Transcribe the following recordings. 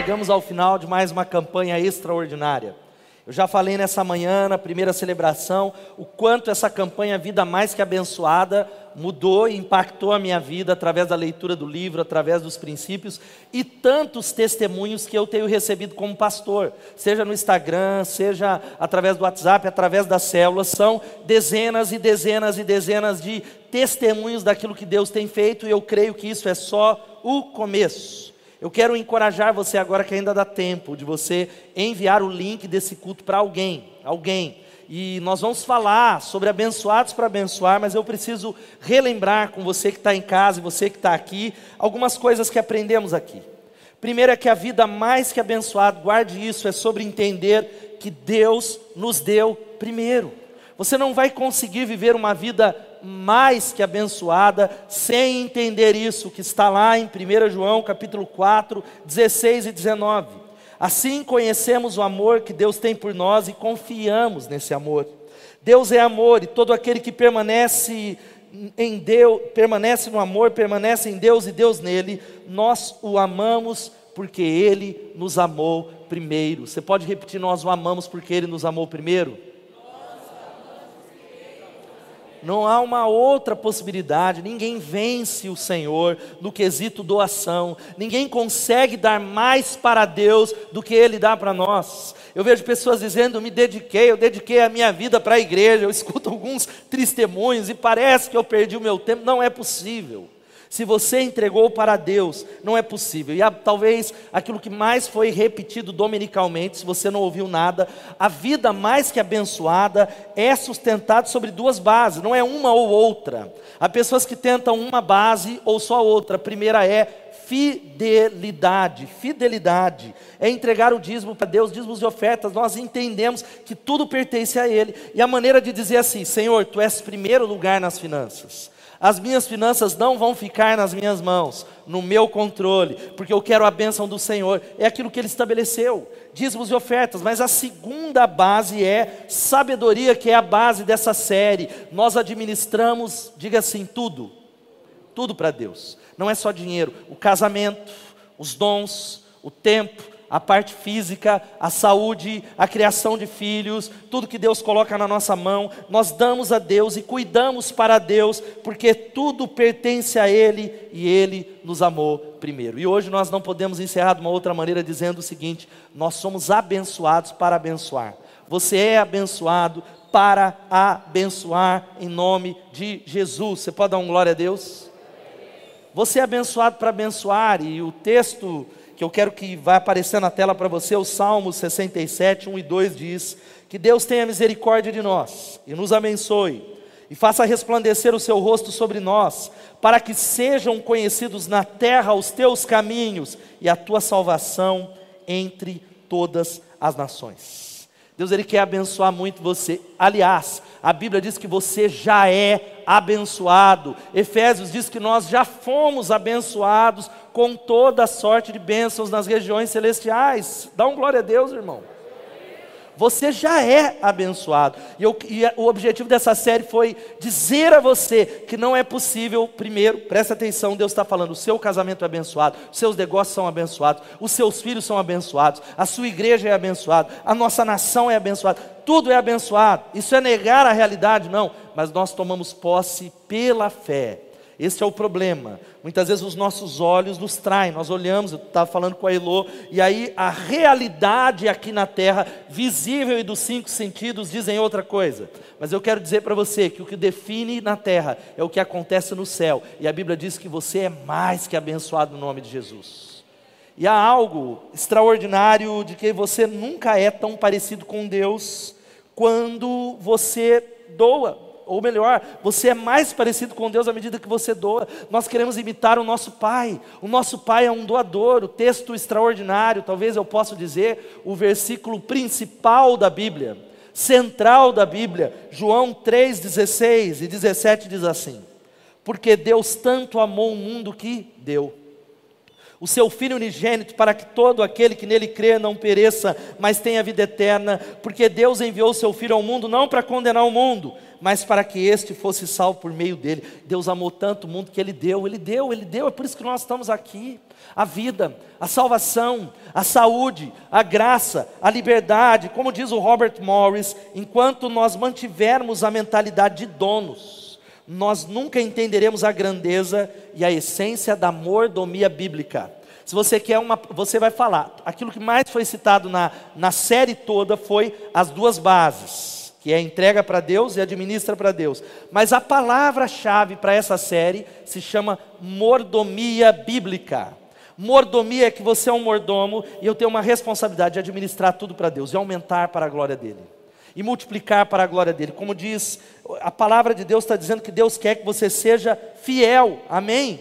chegamos ao final de mais uma campanha extraordinária. Eu já falei nessa manhã, na primeira celebração, o quanto essa campanha Vida Mais Que Abençoada mudou e impactou a minha vida através da leitura do livro, através dos princípios e tantos testemunhos que eu tenho recebido como pastor, seja no Instagram, seja através do WhatsApp, através das células. São dezenas e dezenas e dezenas de testemunhos daquilo que Deus tem feito, e eu creio que isso é só o começo. Eu quero encorajar você agora, que ainda dá tempo de você enviar o link desse culto para alguém. E nós vamos falar sobre abençoados para abençoar, mas eu preciso relembrar com você que está em casa e você que está aqui, algumas coisas que aprendemos aqui. Primeiro é que a vida mais que abençoada, guarde isso, é sobre entender que Deus nos deu primeiro. Você não vai conseguir viver uma vida mais que abençoada sem entender isso que está lá em 1 João capítulo 4, 16 e 19. Assim conhecemos o amor que Deus tem por nós e confiamos nesse amor. Deus é amor, e todo aquele que permanece em Deus, permanece no amor, permanece em Deus e Deus nele, nós o amamos porque Ele nos amou primeiro. Você pode repetir: nós o amamos porque Ele nos amou primeiro? Não há uma outra possibilidade. Ninguém vence o Senhor no quesito doação. Ninguém consegue dar mais para Deus do que Ele dá para nós. Eu vejo pessoas dizendo: eu dediquei a minha vida para a igreja. Eu escuto alguns testemunhos e parece que eu perdi o meu tempo. Não é possível. Se você entregou para Deus, não é possível. E talvez aquilo que mais foi repetido dominicalmente, se você não ouviu nada, a vida mais que abençoada é sustentada sobre duas bases, não é uma ou outra. Há pessoas que tentam uma base ou só outra. A primeira é fidelidade. Fidelidade é entregar o dízimo para Deus, dízimos e ofertas. Nós entendemos que tudo pertence a Ele. E a maneira de dizer assim: Senhor, Tu és primeiro lugar nas finanças. As minhas finanças não vão ficar nas minhas mãos, no meu controle, porque eu quero a bênção do Senhor. É aquilo que Ele estabeleceu, dízimos e ofertas. Mas a segunda base é sabedoria, que é a base dessa série. Nós administramos, diga assim, tudo para Deus. Não é só dinheiro, o casamento, os dons, o tempo, a parte física, a saúde, a criação de filhos, tudo que Deus coloca na nossa mão, nós damos a Deus e cuidamos para Deus, porque tudo pertence a Ele e Ele nos amou primeiro. E hoje nós não podemos encerrar de uma outra maneira dizendo o seguinte: nós somos abençoados para abençoar. Você é abençoado para abençoar em nome de Jesus. Você pode dar um glória a Deus? Você é abençoado para abençoar, e o texto que eu quero que vá aparecer na tela para você, o Salmo 67, 1 e 2 diz: que Deus tenha misericórdia de nós e nos abençoe, e faça resplandecer o seu rosto sobre nós, para que sejam conhecidos na terra os teus caminhos e a tua salvação entre todas as nações. Deus, Ele quer abençoar muito você. Aliás, a Bíblia diz que você já é abençoado. Efésios diz que nós já fomos abençoados com toda a sorte de bênçãos nas regiões celestiais. Dá um glória a Deus, irmão. Você já é abençoado. E o objetivo dessa série foi dizer a você que não é possível. Primeiro, presta atenção, Deus está falando: o seu casamento é abençoado, os seus negócios são abençoados, os seus filhos são abençoados, a sua igreja é abençoada, a nossa nação é abençoada, tudo é abençoado. Isso é negar a realidade? Não, mas nós tomamos posse pela fé. Esse é o problema. Muitas vezes os nossos olhos nos traem. Nós olhamos, eu estava falando com a Elô, e aí a realidade aqui na terra, visível e dos 5 sentidos, dizem outra coisa. Mas eu quero dizer para você que o que define na terra é o que acontece no céu. E a Bíblia diz que você é mais que abençoado no nome de Jesus. E há algo extraordinário de que você nunca é tão parecido com Deus quando você doa. Ou melhor, você é mais parecido com Deus à medida que você doa. Nós queremos imitar o nosso Pai. O nosso Pai é um doador. O texto extraordinário, talvez eu possa dizer, o versículo principal da Bíblia, central da Bíblia, João 3, 16 e 17 diz assim: porque Deus tanto amou o mundo que deu. o seu Filho unigênito, para que todo aquele que nele crê não pereça, mas tenha vida eterna, porque Deus enviou o seu Filho ao mundo, não para condenar o mundo, mas para que este fosse salvo por meio dele. Deus amou tanto o mundo que Ele deu, é por isso que nós estamos aqui. A vida, a salvação, a saúde, a graça, a liberdade, como diz o Robert Morris, enquanto nós mantivermos a mentalidade de donos, nós nunca entenderemos a grandeza e a essência da mordomia bíblica. Se você quer você vai falar, aquilo que mais foi citado na série toda foi as duas bases, que é entrega para Deus e administra para Deus. Mas a palavra-chave para essa série se chama mordomia bíblica. Mordomia é que você é um mordomo e eu tenho uma responsabilidade de administrar tudo para Deus e aumentar para a glória dEle. E multiplicar para a glória dEle. Como diz, a palavra de Deus está dizendo que Deus quer que você seja fiel. Amém?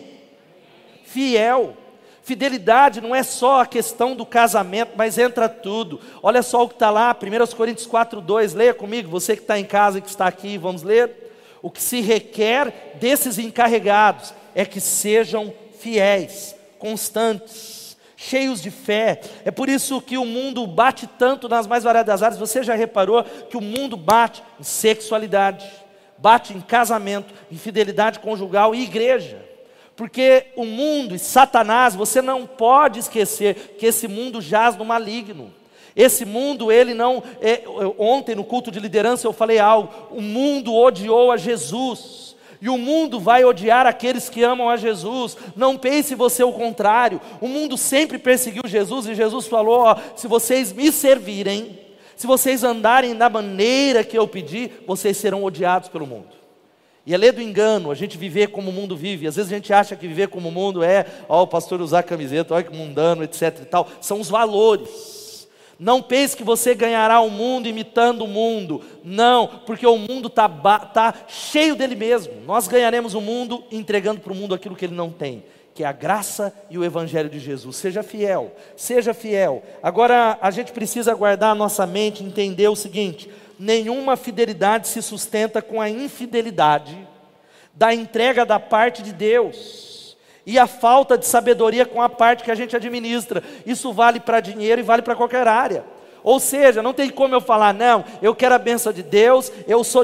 Fiel. Fidelidade não é só a questão do casamento, mas entra tudo. Olha só o que está lá, 1 Coríntios 4:2, leia comigo, você que está em casa e que está aqui, vamos ler. O que se requer desses encarregados é que sejam fiéis, constantes, cheios de fé. É por isso que o mundo bate tanto nas mais variadas áreas. Você já reparou que o mundo bate em sexualidade, bate em casamento, em fidelidade conjugal e igreja? Porque o mundo e Satanás, você não pode esquecer que esse mundo jaz no maligno. Esse mundo, ele não... ontem no culto de liderança eu falei algo. O mundo odiou a Jesus. E o mundo vai odiar aqueles que amam a Jesus. Não pense você o contrário. O mundo sempre perseguiu Jesus. E Jesus falou, ó, se vocês me servirem, se vocês andarem da maneira que eu pedi, vocês serão odiados pelo mundo. E é lei do engano, a gente viver como o mundo vive. Às vezes a gente acha que viver como o mundo é, ó, o pastor usar camiseta, olha que mundano, etc e tal. São os valores. Não pense que você ganhará o mundo imitando o mundo. Não, porque o mundo tá cheio dele mesmo. Nós ganharemos o mundo entregando para o mundo aquilo que ele não tem, que é a graça e o evangelho de Jesus. Seja fiel, seja fiel. Agora a gente precisa guardar a nossa mente e entender o seguinte: nenhuma fidelidade se sustenta com a infidelidade da entrega da parte de Deus e a falta de sabedoria com a parte que a gente administra. Isso vale para dinheiro e vale para qualquer área. Ou seja, não tem como eu falar, não, eu quero a bênção de Deus, eu sou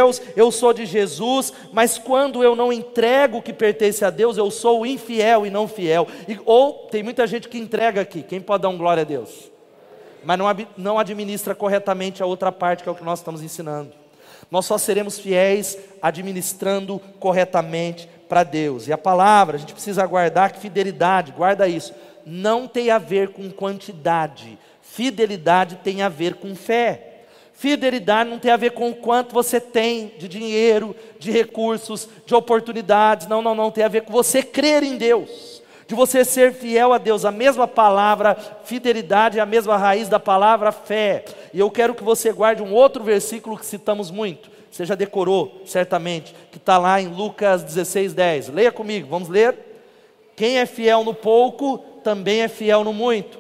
de Jesus, mas quando eu não entrego o que pertence a Deus, eu sou o infiel e não fiel. Ou tem muita gente que entrega aqui, quem pode dar um glória a Deus? Mas não administra corretamente a outra parte, que é o que nós estamos ensinando. Nós só seremos fiéis administrando corretamente para Deus. E a palavra, a gente precisa guardar que fidelidade, guarda isso, não tem a ver com quantidade. Fidelidade tem a ver com fé. Fidelidade não tem a ver com o quanto você tem de dinheiro, de recursos, de oportunidades. Não, tem a ver com você crer em Deus, de você ser fiel a Deus. A mesma palavra fidelidade é a mesma raiz da palavra fé. E eu quero que você guarde um outro versículo que citamos muito, você já decorou certamente, que está lá em Lucas 16:10. Leia comigo, vamos ler. Quem é fiel no pouco, também é fiel no muito.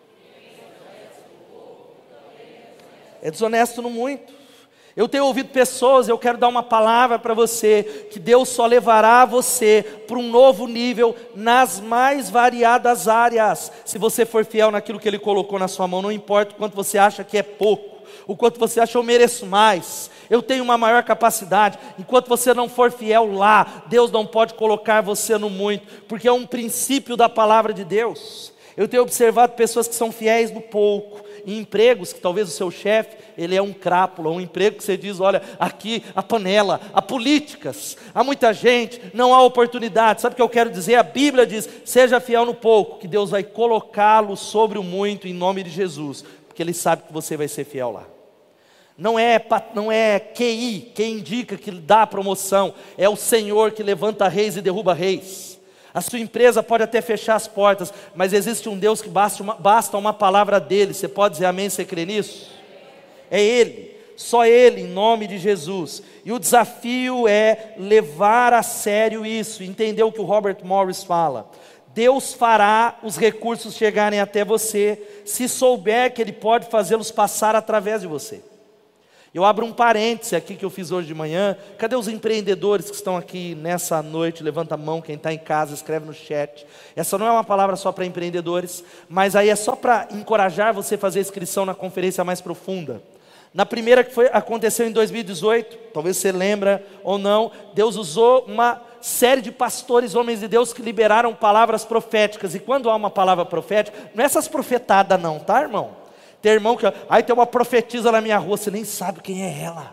É desonesto no muito. Eu tenho ouvido pessoas, eu quero dar uma palavra para você, que Deus só levará você para um novo nível nas mais variadas áreas, se você for fiel naquilo que Ele colocou na sua mão. Não importa o quanto você acha que é pouco, o quanto você acha eu mereço mais, eu tenho uma maior capacidade. Enquanto você não for fiel lá, Deus não pode colocar você no muito, porque é um princípio da palavra de Deus. Eu tenho observado pessoas que são fiéis no pouco, em empregos que talvez o seu chefe, ele é um crápula, um emprego que você diz, olha, aqui a panela, há políticas, há muita gente, não há oportunidade. Sabe o que eu quero dizer? A Bíblia diz, seja fiel no pouco, que Deus vai colocá-lo sobre o muito em nome de Jesus, porque Ele sabe que você vai ser fiel lá. Não é QI quem indica que dá a promoção, é o Senhor que levanta reis e derruba reis. A sua empresa pode até fechar as portas, mas existe um Deus que basta uma palavra dEle. Você pode dizer amém, você crê nisso? É Ele, só Ele, em nome de Jesus. E o desafio é levar a sério isso, entender o que o Robert Morris fala. Deus fará os recursos chegarem até você, se souber que Ele pode fazê-los passar através de você. Eu abro um parêntese aqui que eu fiz hoje de manhã. Cadê os empreendedores que estão aqui nessa noite? Levanta a mão, quem está em casa, escreve no chat. Essa não é uma palavra só para empreendedores, mas aí é só para encorajar você a fazer inscrição na conferência mais profunda. Na primeira que aconteceu em 2018, talvez você lembra ou não, Deus usou uma série de pastores, homens de Deus, que liberaram palavras proféticas. E quando há uma palavra profética, não é essas profetadas não, tá, irmão? Tem irmão que, tem uma profetisa na minha rua, você nem sabe quem é ela.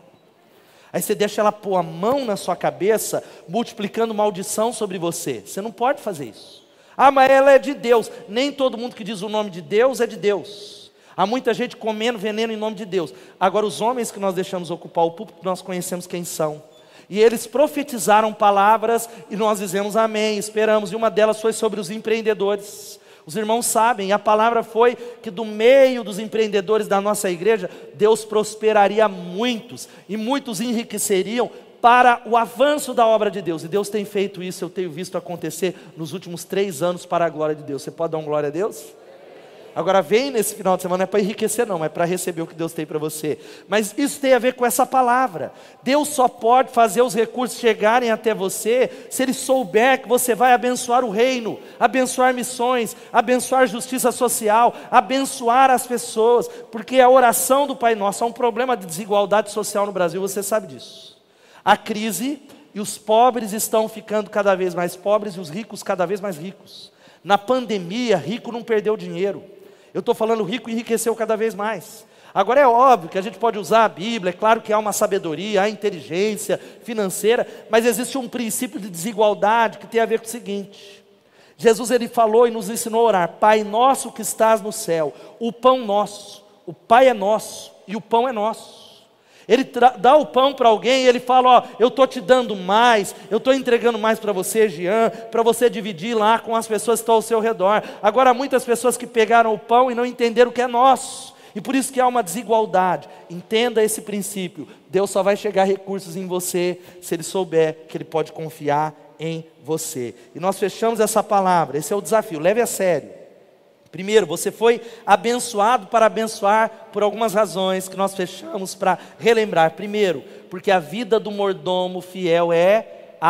Aí você deixa ela pôr a mão na sua cabeça, multiplicando maldição sobre você. Você não pode fazer isso. Mas ela é de Deus. Nem todo mundo que diz o nome de Deus é de Deus. Há muita gente comendo veneno em nome de Deus. Agora os homens que nós deixamos ocupar o púlpito, nós conhecemos quem são. E eles profetizaram palavras e nós dizemos amém, esperamos. E uma delas foi sobre os empreendedores. Os irmãos sabem, a palavra foi que do meio dos empreendedores da nossa igreja, Deus prosperaria muitos, e muitos enriqueceriam para o avanço da obra de Deus. E Deus tem feito isso, eu tenho visto acontecer nos últimos 3 anos para a glória de Deus. Você pode dar uma glória a Deus? Agora vem nesse final de semana, não é para enriquecer não, é para receber o que Deus tem para você. Mas isso tem a ver com essa palavra. Deus só pode fazer os recursos chegarem até você, se Ele souber que você vai abençoar o reino, abençoar missões, abençoar justiça social, abençoar as pessoas. Porque a oração do Pai Nosso, há um problema de desigualdade social no Brasil, você sabe disso. A crise e os pobres estão ficando cada vez mais pobres e os ricos cada vez mais ricos. Na pandemia, rico não perdeu dinheiro. Eu estou falando rico enriqueceu cada vez mais. Agora é óbvio que a gente pode usar a Bíblia, é claro que há uma sabedoria, há inteligência financeira, mas existe um princípio de desigualdade que tem a ver com o seguinte. Jesus ele falou e nos ensinou a orar: Pai nosso que estás no céu, o pão nosso, o Pai é nosso e o pão é nosso. Ele dá o pão para alguém e ele fala, eu estou te dando mais, eu estou entregando mais para você, Jean, para você dividir lá com as pessoas que estão ao seu redor. Agora há muitas pessoas que pegaram o pão e não entenderam o que é nosso, e por isso que há uma desigualdade. Entenda esse princípio, Deus só vai chegar recursos em você, se Ele souber que Ele pode confiar em você. E nós fechamos essa palavra, esse é o desafio, leve a sério. Primeiro, você foi abençoado para abençoar por algumas razões que nós fechamos para relembrar. Primeiro, porque a vida do mordomo fiel é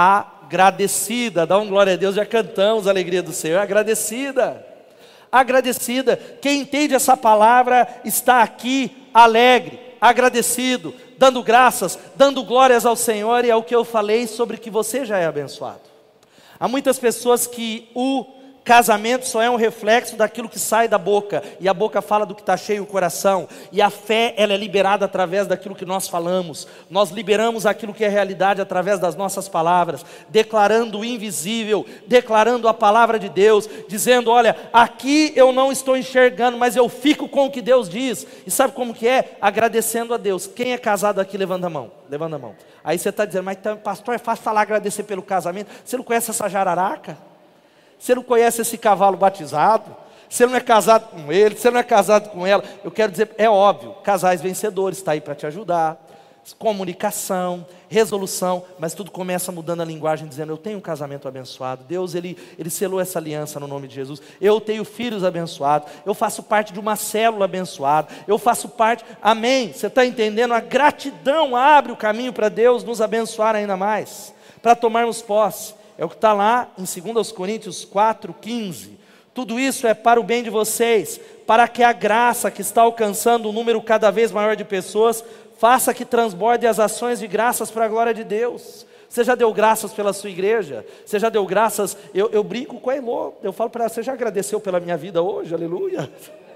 agradecida. Dá um glória a Deus, já cantamos a alegria do Senhor. Agradecida, agradecida. Quem entende essa palavra está aqui alegre, agradecido, dando graças, dando glórias ao Senhor. E é o que eu falei sobre que você já é abençoado. Há muitas pessoas que o casamento só é um reflexo daquilo que sai da boca, e a boca fala do que está cheio o coração, e a fé ela é liberada através daquilo que nós falamos. Nós liberamos aquilo que é realidade através das nossas palavras, declarando o invisível, declarando a palavra de Deus, dizendo, olha, aqui eu não estou enxergando, mas eu fico com o que Deus diz. E sabe como que é? Agradecendo a Deus. Quem é casado aqui, levanta a mão, levanta a mão. Aí você está dizendo, mas pastor, é fácil falar agradecer pelo casamento, você não conhece essa jararaca? Você não conhece esse cavalo batizado? Você não é casado com ele, você não é casado com ela. Eu quero dizer, é óbvio, casais vencedores, está aí para te ajudar. Comunicação, resolução, mas tudo começa mudando a linguagem, dizendo, eu tenho um casamento abençoado. Deus, Ele selou essa aliança no nome de Jesus. Eu tenho filhos abençoados, eu faço parte de uma célula abençoada, eu faço parte, amém? Você está entendendo? A gratidão abre o caminho para Deus nos abençoar ainda mais, para tomarmos posse. É o que está lá em 2 Coríntios 4,15. Tudo isso é para o bem de vocês, para que a graça que está alcançando um número cada vez maior de pessoas, faça que transborde as ações de graças para a glória de Deus. Você já deu graças pela sua igreja? Você já deu graças? Eu brinco com a Elô, eu falo para ela, você já agradeceu pela minha vida hoje? Aleluia.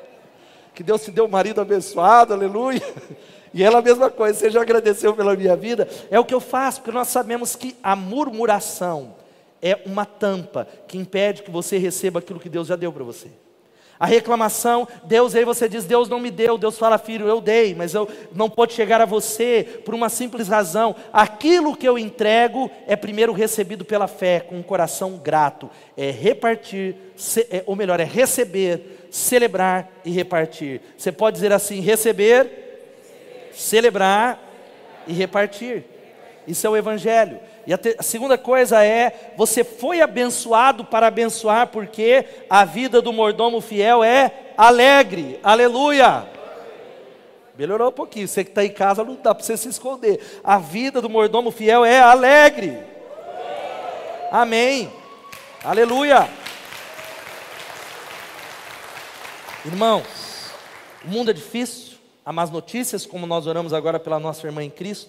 Que Deus te deu um marido abençoado, aleluia. E ela a mesma coisa, você já agradeceu pela minha vida? É o que eu faço, porque nós sabemos que a murmuração é uma tampa que impede que você receba aquilo que Deus já deu para você. A reclamação, Deus, aí você diz, Deus não me deu. Deus fala, filho, eu dei, mas eu não pode chegar a você por uma simples razão. Aquilo que eu entrego é primeiro recebido pela fé, com um coração grato. É repartir, ou melhor, é receber, celebrar e repartir. Você pode dizer assim, receber, celebrar e repartir. Isso é o Evangelho. E a segunda coisa é, você foi abençoado para abençoar, porque a vida do mordomo fiel é alegre, aleluia. Melhorou um pouquinho. Você que está em casa, não dá para você se esconder. A vida do mordomo fiel é alegre. Amém. Aleluia. Irmãos, o mundo é difícil. Há más notícias, como nós oramos agora pela nossa irmã em Cristo.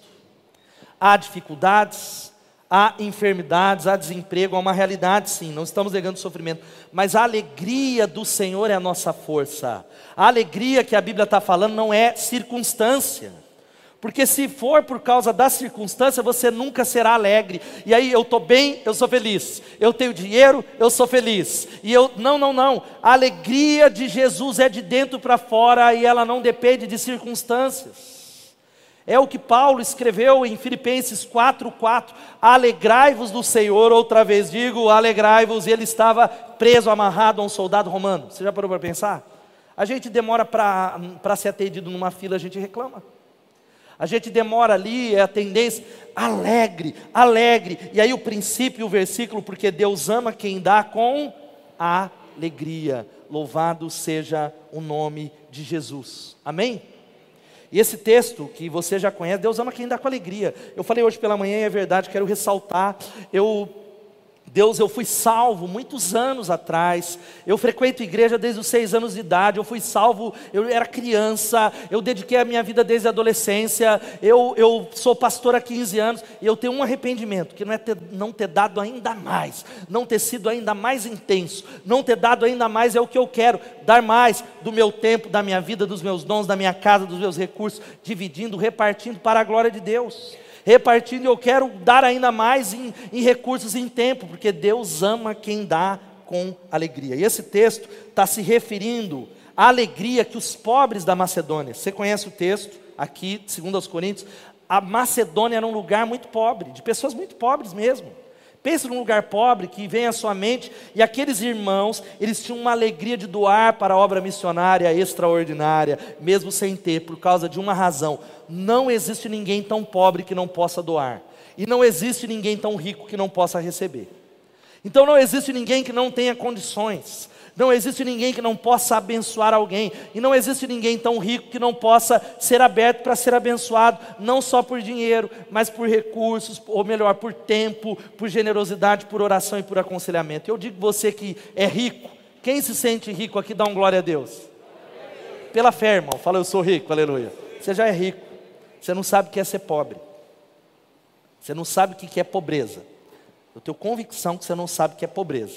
Há dificuldades, há enfermidades, há desemprego, há uma realidade sim, não estamos negando sofrimento, mas a alegria do Senhor é a nossa força. A alegria que a Bíblia está falando não é circunstância, porque se for por causa da circunstância, você nunca será alegre. E aí eu estou bem, eu sou feliz, eu tenho dinheiro, eu sou feliz, e não, a alegria de Jesus é de dentro para fora, e ela não depende de circunstâncias. É o que Paulo escreveu em Filipenses 4:4, alegrai-vos no Senhor, outra vez digo, alegrai-vos, e ele estava preso, amarrado a um soldado romano. Você já parou para pensar? A gente demora para ser atendido numa fila, a gente reclama. A gente demora ali, é a tendência, alegre, e aí o princípio e o versículo, porque Deus ama quem dá com alegria, louvado seja o nome de Jesus, amém? E esse texto que você já conhece, Deus ama quem dá com alegria. Eu falei hoje pela manhã e é verdade, quero ressaltar. Eu fui salvo muitos anos atrás. Eu frequento igreja desde os 6 anos de idade. Eu fui salvo, eu era criança. Eu dediquei a minha vida desde a adolescência. Eu sou pastor há 15 anos. E eu tenho um arrependimento, que não ter dado ainda mais. Não ter sido ainda mais intenso. Não ter dado ainda mais é o que eu quero. Dar mais do meu tempo, da minha vida, dos meus dons, da minha casa, dos meus recursos. Dividindo, repartindo para a glória de Deus. Repartindo, eu quero dar ainda mais em recursos e em tempo, porque Deus ama quem dá com alegria. E esse texto está se referindo à alegria que os pobres da Macedônia, você conhece o texto aqui, 2 Coríntios, a Macedônia era um lugar muito pobre, de pessoas muito pobres mesmo. Pense num lugar pobre que vem à sua mente, e aqueles irmãos, eles tinham uma alegria de doar para a obra missionária extraordinária, mesmo sem ter, por causa de uma razão: não existe ninguém tão pobre que não possa doar, e não existe ninguém tão rico que não possa receber. Então não existe ninguém que não tenha condições, não existe ninguém que não possa abençoar alguém, e não existe ninguém tão rico que não possa ser aberto para ser abençoado, não só por dinheiro, mas por recursos, ou melhor, por tempo, por generosidade, por oração e por aconselhamento. Eu digo você que é rico, quem se sente rico aqui, dá um glória a Deus. Pela fé, irmão, fala eu sou rico, aleluia. Você já é rico, você não sabe o que é ser pobre, você não sabe o que é pobreza. Eu tenho convicção que você não sabe o que é pobreza.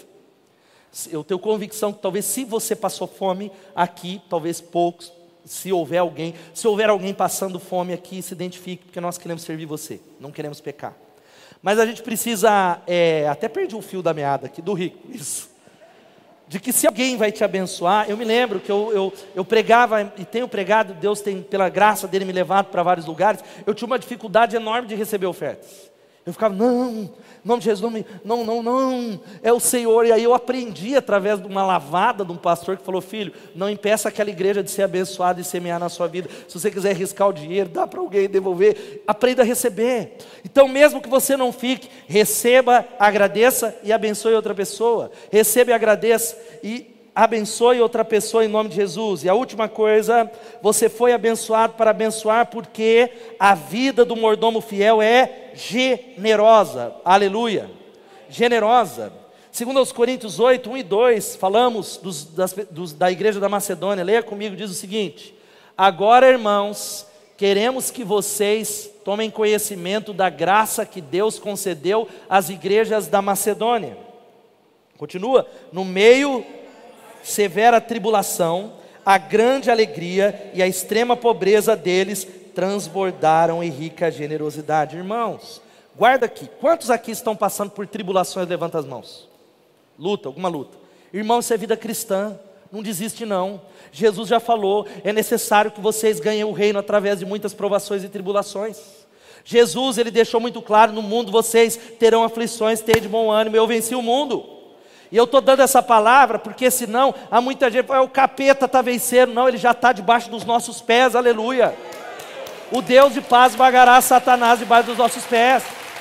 Eu tenho convicção que talvez se você passou fome aqui, talvez poucos, se houver alguém passando fome aqui, se identifique, porque nós queremos servir você, não queremos pecar. Mas a gente precisa, até perdi o fio da meada aqui, do rico, isso. De que se alguém vai te abençoar, eu me lembro que eu pregava, e tenho pregado, Deus tem, pela graça dele, me levado para vários lugares, eu tinha uma dificuldade enorme de receber ofertas. Eu ficava, não, em nome de Jesus, não, é o Senhor. E aí eu aprendi através de uma lavada de um pastor que falou: filho, não impeça aquela igreja de ser abençoada e semear na sua vida. Se você quiser arriscar o dinheiro, dá para alguém devolver, aprenda a receber. Então mesmo que você não fique, receba, agradeça e abençoe outra pessoa. Receba e agradeça e abençoe outra pessoa em nome de Jesus. E a última coisa, você foi abençoado para abençoar, porque a vida do mordomo fiel é generosa, aleluia, generosa. Segundo aos Coríntios 8, 1 e 2, falamos da igreja da Macedônia. Leia comigo, diz o seguinte: agora, irmãos, queremos que vocês tomem conhecimento da graça que Deus concedeu às igrejas da Macedônia. Continua, no meio severa tribulação, a grande alegria e a extrema pobreza deles transbordaram em rica generosidade. Irmãos, guarda aqui, quantos aqui estão passando por tribulações? Levanta as mãos. Luta, alguma luta. Irmão, isso é vida cristã, não desiste não. Jesus já falou, é necessário que vocês ganhem o reino através de muitas provações e tribulações. Jesus, ele deixou muito claro: no mundo vocês terão aflições, tenham de bom ânimo, eu venci o mundo. E eu estou dando essa palavra porque senão há muita gente que fala: o capeta está vencendo. Não, ele já está debaixo dos nossos pés, aleluia. O Deus de paz vagará Satanás debaixo dos nossos pés.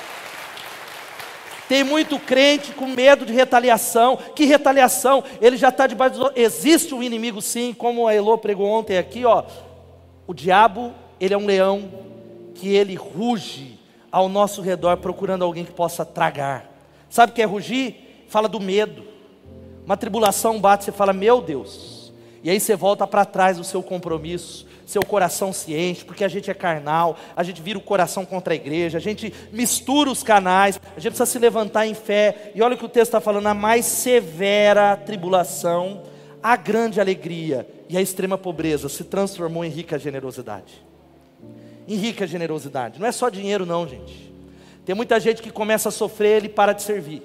Tem muito crente com medo de retaliação. Que retaliação? Ele já está debaixo dos... Existe um inimigo sim, como a Elô pregou ontem aqui, ó. O diabo, ele é um leão que ele ruge ao nosso redor procurando alguém que possa tragar. Sabe o que é rugir? Fala do medo. Uma tribulação bate, você fala, meu Deus. E aí você volta para trás do seu compromisso, seu coração se enche, porque a gente é carnal, a gente vira o coração contra a igreja, a gente mistura os canais, a gente precisa se levantar em fé. E olha o que o texto está falando, a mais severa tribulação, a grande alegria e a extrema pobreza se transformou em rica generosidade. Em rica generosidade, não é só dinheiro não, gente. Tem muita gente que começa a sofrer, ele para de servir.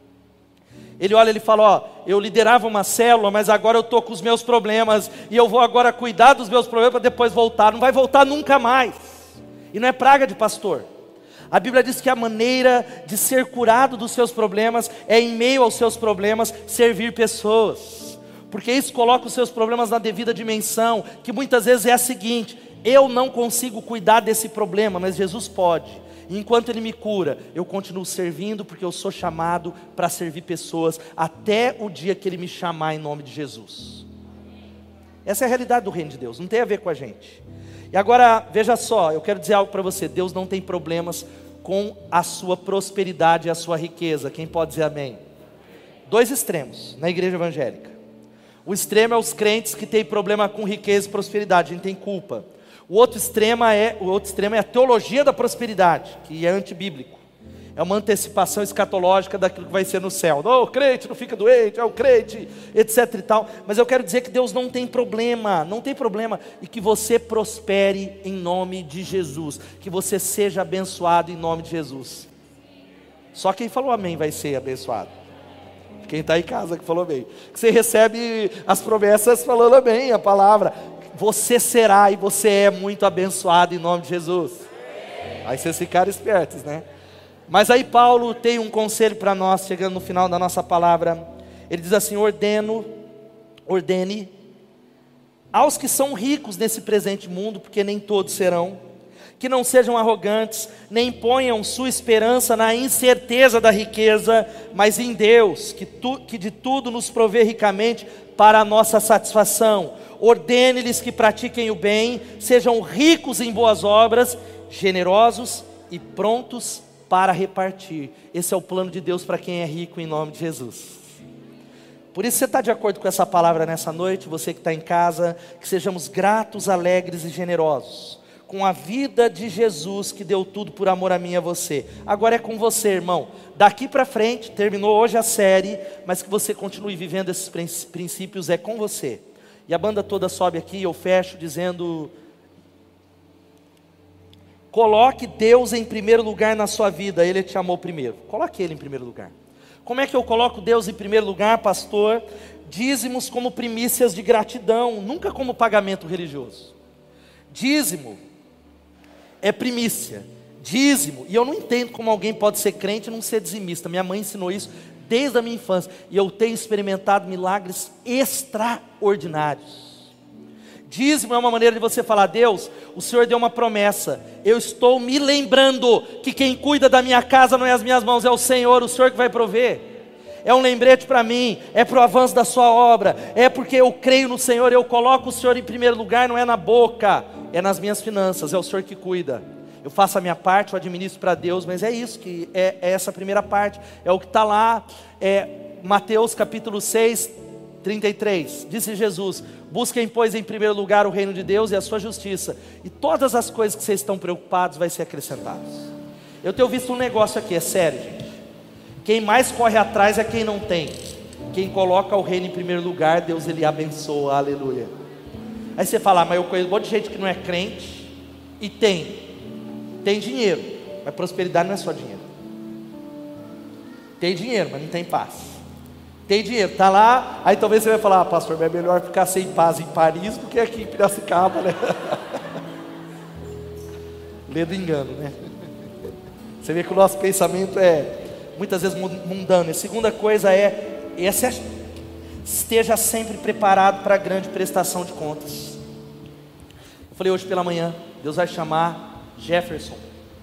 Ele olha, ele fala, ó, eu liderava uma célula, mas agora eu estou com os meus problemas, e eu vou agora cuidar dos meus problemas para depois voltar. Não vai voltar nunca mais. E não é praga de pastor. A Bíblia diz que a maneira de ser curado dos seus problemas é, em meio aos seus problemas, servir pessoas. Porque isso coloca os seus problemas na devida dimensão, que muitas vezes é a seguinte: eu não consigo cuidar desse problema, mas Jesus pode. E enquanto Ele me cura, eu continuo servindo, porque eu sou chamado para servir pessoas, até o dia que Ele me chamar em nome de Jesus. Essa é a realidade do reino de Deus, não tem a ver com a gente. E agora, veja só, eu quero dizer algo para você. Deus não tem problemas com a sua prosperidade e a sua riqueza. Quem pode dizer amém? Dois extremos na igreja evangélica. O extremo é os crentes que têm problema com riqueza e prosperidade, a gente tem culpa. O outro extremo é a teologia da prosperidade, que é antibíblico. É uma antecipação escatológica daquilo que vai ser no céu. Não, o crente não fica doente, é o crente, etc e tal. Mas eu quero dizer que Deus não tem problema, e que você prospere em nome de Jesus, que você seja abençoado em nome de Jesus. Só quem falou amém vai ser abençoado. Quem está em casa que falou amém. Que você recebe as promessas falando amém, a palavra. Você será e você é muito abençoado em nome de Jesus. Aí vocês ficaram espertos, né? Mas aí Paulo tem um conselho para nós, chegando no final da nossa palavra. Ele diz assim: ordene aos que são ricos nesse presente mundo, porque nem todos serão, que não sejam arrogantes, nem ponham sua esperança na incerteza da riqueza, mas em Deus, que de tudo nos provê ricamente para a nossa satisfação. Ordene-lhes que pratiquem o bem, sejam ricos em boas obras, generosos e prontos para repartir. Esse é o plano de Deus para quem é rico em nome de Jesus. Por isso, você está de acordo com essa palavra nessa noite? Você que está em casa, que sejamos gratos, alegres e generosos com a vida de Jesus, que deu tudo por amor a mim e a você. Agora é com você, irmão. Daqui para frente, terminou hoje a série, mas que você continue vivendo esses princípios, é com você. E a banda toda sobe aqui, eu fecho dizendo: coloque Deus em primeiro lugar na sua vida. Ele te amou primeiro, coloque Ele em primeiro lugar. Como é que eu coloco Deus em primeiro lugar, pastor? Dízimos como primícias de gratidão, nunca como pagamento religioso. Dízimo é primícia, dízimo, e eu não entendo como alguém pode ser crente e não ser dizimista. Minha mãe ensinou isso desde a minha infância, e eu tenho experimentado milagres extraordinários. Dízimo é uma maneira de você falar: Deus, o Senhor deu uma promessa, eu estou me lembrando que quem cuida da minha casa não é as minhas mãos, é o Senhor, o Senhor que vai prover. É um lembrete para mim, é para o avanço da sua obra, é porque eu creio no Senhor, eu coloco o Senhor em primeiro lugar, não é na boca, é nas minhas finanças, é o Senhor que cuida. Eu faço a minha parte, eu administro para Deus, mas é isso, que é essa primeira parte, é o que está lá, Mateus capítulo 6, 33, disse Jesus: busquem pois em primeiro lugar o reino de Deus e a sua justiça, e todas as coisas que vocês estão preocupados vai ser acrescentadas. Eu tenho visto um negócio aqui, é sério, gente. Quem mais corre atrás é quem não tem. Quem coloca o reino em primeiro lugar, Deus Ele abençoa, aleluia. Aí você fala: mas eu conheço um monte de gente que não é crente e tem dinheiro, mas prosperidade não é só dinheiro. Tem dinheiro, mas não tem paz. Tem dinheiro, está lá, aí talvez você vai falar: pastor, é melhor ficar sem paz em Paris do que aqui em Piracicaba, né? Lê do engano, né? Você vê que o nosso pensamento é muitas vezes mundano. A segunda coisa esteja sempre preparado para a grande prestação de contas. Eu falei hoje pela manhã, Deus vai chamar Jefferson,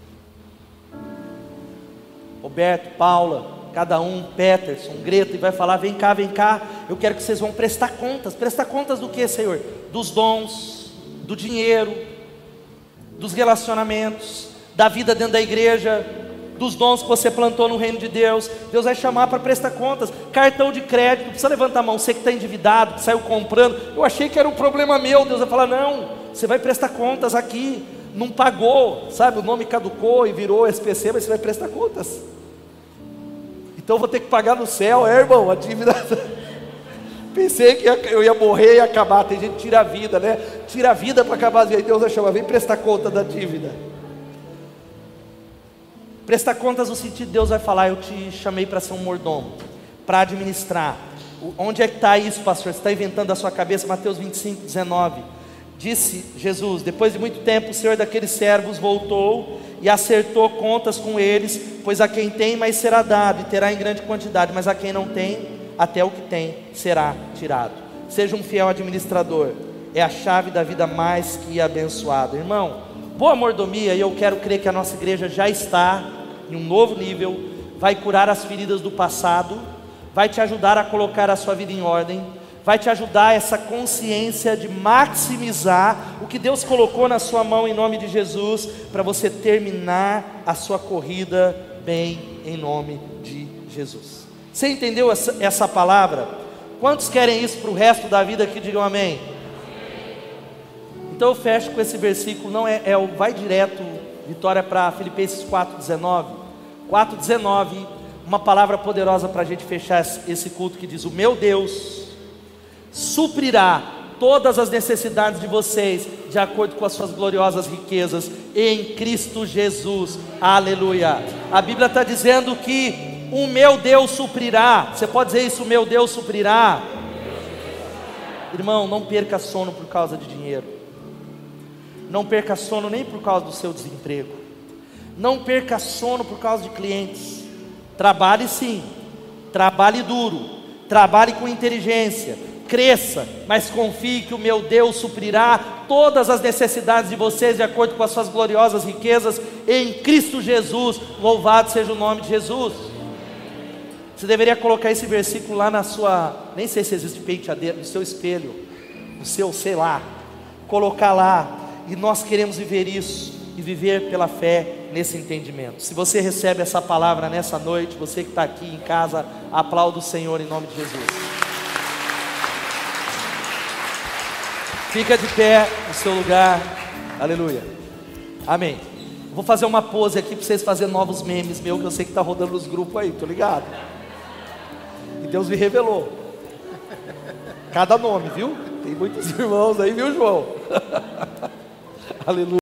Roberto, Paula, cada um, Peterson, Greta, e vai falar: vem cá, eu quero que vocês vão prestar contas. Prestar contas do que, Senhor? Dos dons, do dinheiro, dos relacionamentos, da vida dentro da igreja, dos dons que você plantou no reino de Deus. Deus vai chamar para prestar contas. Cartão de crédito, precisa levantar a mão. Você que está endividado, que saiu comprando, eu achei que era um problema meu. Deus vai falar: não, você vai prestar contas aqui. Não pagou, sabe, o nome caducou e virou SPC, mas você vai prestar contas. Então eu vou ter que pagar no céu, irmão, a dívida. Pensei que eu ia morrer e ia acabar. Tem gente que tira a vida, né? Tira a vida para acabar. Aí Deus vai chamar: vem prestar conta da dívida. Prestar contas no sentido de Deus vai falar: eu te chamei para ser um mordomo, para administrar. Onde é que está isso, pastor? Você está inventando da sua cabeça? Mateus 25, 19. Disse Jesus: depois de muito tempo o senhor daqueles servos voltou e acertou contas com eles, pois a quem tem mais será dado e terá em grande quantidade, mas a quem não tem, até o que tem será tirado. Seja um fiel administrador, é a chave da vida mais que abençoada. Irmão, boa mordomia, e eu quero crer que a nossa igreja já está em um novo nível, vai curar as feridas do passado, vai te ajudar a colocar a sua vida em ordem, vai te ajudar essa consciência de maximizar o que Deus colocou na sua mão em nome de Jesus, para você terminar a sua corrida bem em nome de Jesus. Você entendeu essa palavra? Quantos querem isso para o resto da vida aqui? Digam amém. Então eu fecho com esse versículo, não vai direto, Vitória, para Filipenses 4,19. 4,19, uma palavra poderosa para a gente fechar esse culto, que diz: o meu Deus suprirá todas as necessidades de vocês, de acordo com as suas gloriosas riquezas, em Cristo Jesus. Aleluia. A Bíblia está dizendo que o meu Deus suprirá. Você pode dizer isso: o meu Deus suprirá. Irmão, não perca sono por causa de dinheiro. Não perca sono nem por causa do seu desemprego. Não perca sono por causa de clientes. Trabalhe sim, trabalhe duro, trabalhe com inteligência, cresça, mas confie que o meu Deus suprirá todas as necessidades de vocês, de acordo com as suas gloriosas riquezas, em Cristo Jesus. Louvado seja o nome de Jesus. Você deveria colocar esse versículo lá na sua, nem sei se existe penteadeira, no seu espelho, no seu, sei lá, colocar lá. E nós queremos viver isso, e viver pela fé nesse entendimento. Se você recebe essa palavra nessa noite, você que está aqui em casa, aplauda o Senhor em nome de Jesus. Fica de pé no seu lugar. Aleluia. Amém. Vou fazer uma pose aqui para vocês fazerem novos memes meus, que eu sei que está rodando nos grupos aí, tô ligado. E Deus me revelou cada nome, viu? Tem muitos irmãos aí, viu, João? Aleluia.